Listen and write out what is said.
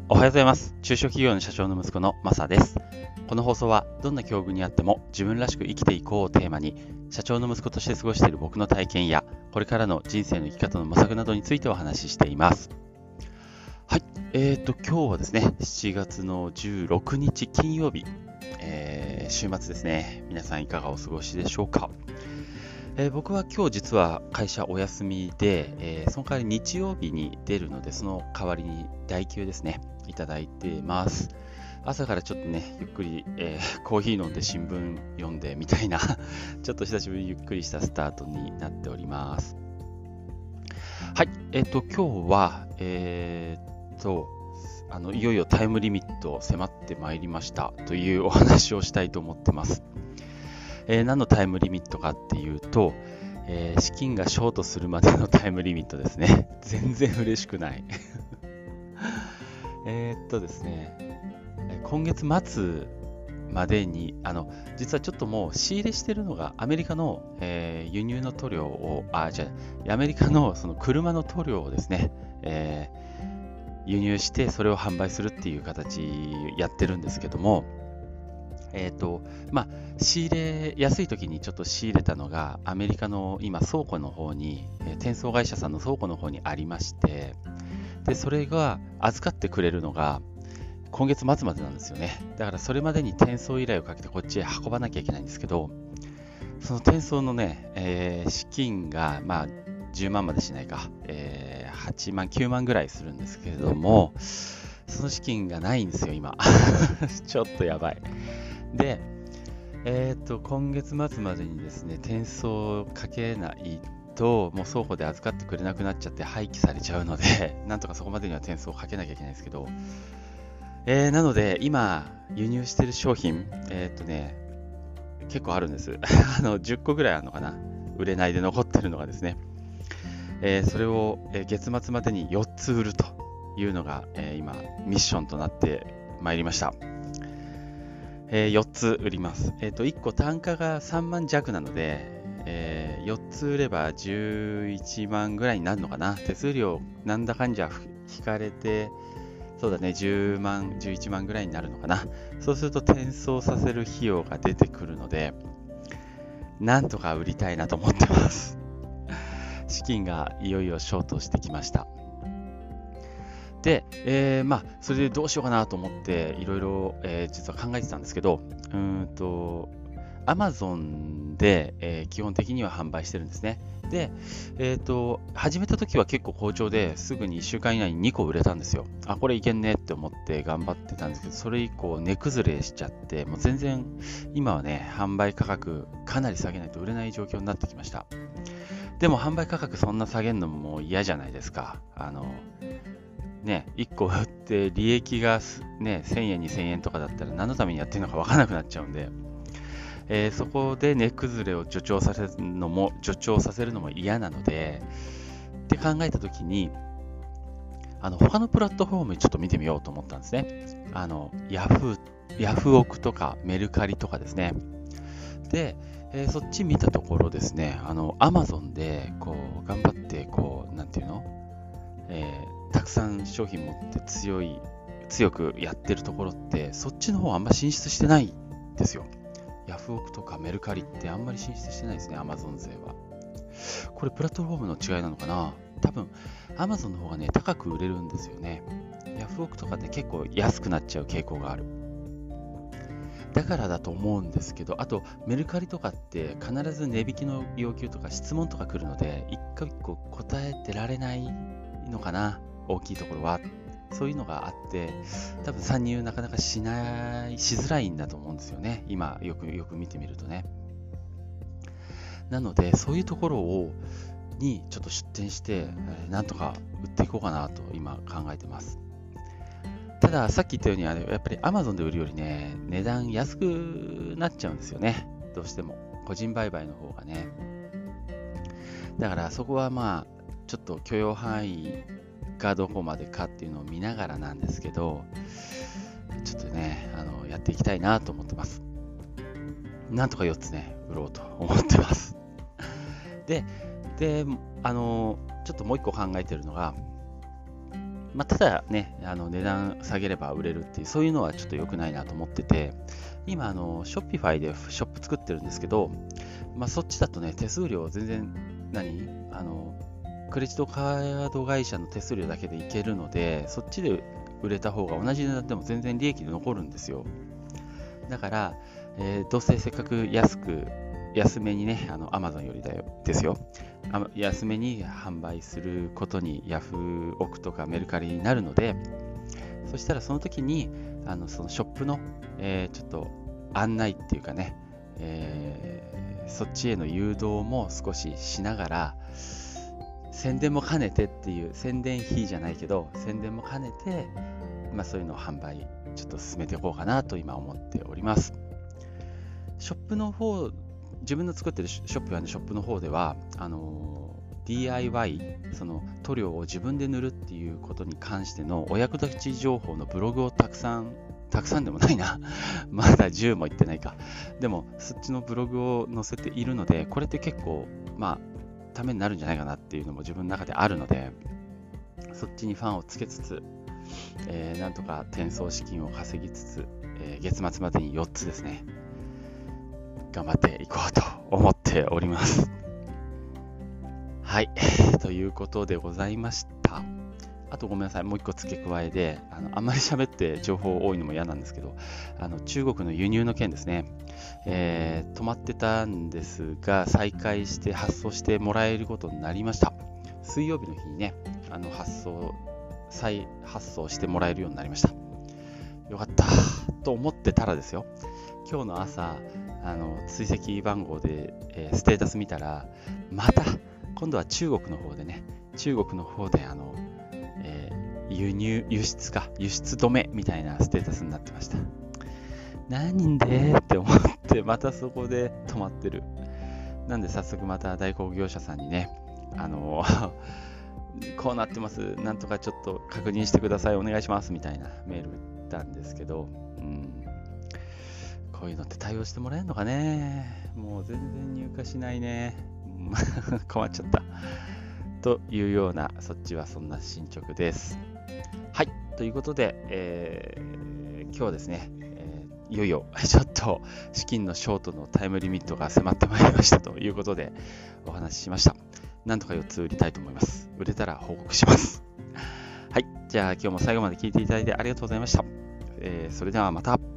おはようございます。中小企業の社長の息子のマサです。この放送はどんな境遇にあっても自分らしく生きていこうをテーマに、社長の息子として過ごしている僕の体験やこれからの人生の生き方の模索などについてお話ししています。はい、今日はですね、7月の16日金曜日、週末ですね。皆さんいかがお過ごしでしょうか。僕は今日実は会社お休みで、その代わり日曜日に出るので、その代わりに代休ですね、いただいてます。朝からちょっとね、ゆっくり、コーヒー飲んで新聞読んでみたいなちょっと久しぶりにゆっくりしたスタートになっております。はい、今日は、いよいよタイムリミット迫ってまいりましたというお話をしたいと思ってます。何のタイムリミットかっていうと、資金がショートするまでのタイムリミットですね。全然嬉しくない。ですね、今月末までに、実はちょっともう仕入れしてるのがアメリカの、輸入の塗料を、アメリカのその車の塗料をですね、輸入してそれを販売するっていう形やってるんですけども、仕入れやすい時にちょっと仕入れたのがアメリカの今倉庫の方に、転送会社さんの倉庫の方にありまして、でそれが預かってくれるのが今月末までなんですよね。だからそれまでに転送依頼をかけてこっちへ運ばなきゃいけないんですけど、その転送のね、資金が10万までしないか、8万9万ぐらいするんですけれども、その資金がないんですよ今。ちょっとやばい。で、今月末までにですね、転送をかけないと、もう倉庫で預かってくれなくなっちゃって廃棄されちゃうので、なんとかそこまでには転送をかけなきゃいけないんですけど、なので、今、輸入してる商品、結構あるんです。10個ぐらいあるのかな。売れないで残ってるのがですね。それを、月末までに4つ売るというのが、今、ミッションとなってまいりました。4つ売ります。1個単価が3万弱なので、4つ売れば11万ぐらいになるのかな。手数料なんだかんじゃ引かれて、そうだね、10万、11万ぐらいになるのかな。そうすると転送させる費用が出てくるので、なんとか売りたいなと思ってます。資金がいよいよショートしてきました。で、それでどうしようかなと思っていろいろ実は考えてたんですけど、Amazon で、基本的には販売してるんですね。で、始めた時は結構好調ですぐに1週間以内に2個売れたんですよ。これいけんねって思って頑張ってたんですけど、それ以降値崩れしちゃって、もう全然今はね、販売価格かなり下げないと売れない状況になってきました。でも販売価格そんな下げるのも嫌じゃないですか。1個売って利益が、ね、1000円2000円とかだったら何のためにやってるのか分からなくなっちゃうんで、そこで値崩れを助長させるのも嫌なのでって考えたときに、他のプラットフォームにちょっと見てみようと思ったんですね。ヤフオクとかメルカリとかですね。で、そっち見たところですね、Amazon でこう頑張ってなんていうの、たくさん商品持って強くやってるところって、そっちの方あんま進出してないんですよ。ヤフオクとかメルカリってあんまり進出してないですね、Amazon 勢は。これプラットフォームの違いなのかな。多分 Amazon の方がね、高く売れるんですよね。ヤフオクとかって結構安くなっちゃう傾向がある。だからだと思うんですけど、あとメルカリとかって必ず値引きの要求とか質問とか来るので、一個一個答えてられないのかな、大きいところは。そういうのがあって、多分参入なかなかしづらいんだと思うんですよね。今よく見てみるとね。なのでそういうところにちょっと出店して、なんとか売っていこうかなと今考えてます。たださっき言ったようにやっぱり Amazon で売るよりね、値段安くなっちゃうんですよね。どうしても個人売買の方がね。だからそこはちょっと許容範囲がどこまでかっていうのを見ながらなんですけど、ちょっとね、やっていきたいなと思ってます。なんとか4つね、売ろうと思ってます。で、ちょっともう一個考えてるのが、 ただね、値段下げれば売れるっていう、そういうのはちょっと良くないなと思ってて、今、Shopify でショップ作ってるんですけど、そっちだとね、手数料全然、クレジットカード会社の手数料だけでいけるので、そっちで売れた方が同じ値段でも全然利益で残るんですよ。だから、どうせせっかく安めにね、Amazon よりですよ。安めに販売することにヤフオクとかメルカリになるので、そしたらその時にそのショップの、ちょっと案内っていうかね、そっちへの誘導も少ししながら、宣伝も兼ねてっていう、宣伝費じゃないけど宣伝も兼ねて、そういうのを販売ちょっと進めていこうかなと今思っております。ショップの方、自分の作ってるショップやショップの方ではDIY、その塗料を自分で塗るっていうことに関してのお役立ち情報のブログをたくさんでもないなまだ10もいってないか。でもそっちのブログを載せているので、これって結構ためになるんじゃないかなっていうのも自分の中であるので、そっちにファンをつけつつ、なんとか転送資金を稼ぎつつ、月末までに4つですね、頑張っていこうと思っております。はい、ということでございました。あとごめんなさい、もう一個付け加えで、あんまり喋って情報多いのも嫌なんですけど、中国の輸入の件ですね、止まってたんですが、再開して発送してもらえることになりました。水曜日の日にね、再発送してもらえるようになりました。よかったと思ってたらですよ、今日の朝、追跡番号で、ステータス見たら、また今度は中国の方で輸出止めみたいなステータスになってました。何でって思って、またそこで止まってる。なんで早速また代行業者さんにね、こうなってます、なんとかちょっと確認してください、お願いしますみたいなメール打ったんですけど、こういうのって対応してもらえるのかね。もう全然入荷しないね。困っちゃったというような、そっちはそんな進捗です。はい、ということで、今日はですね、いよいよちょっと資金のショートのタイムリミットが迫ってまいりましたということでお話ししました。なんとか4つ売りたいと思います。売れたら報告します。はい、じゃあ今日も最後まで聞いていただいてありがとうございました。それではまた。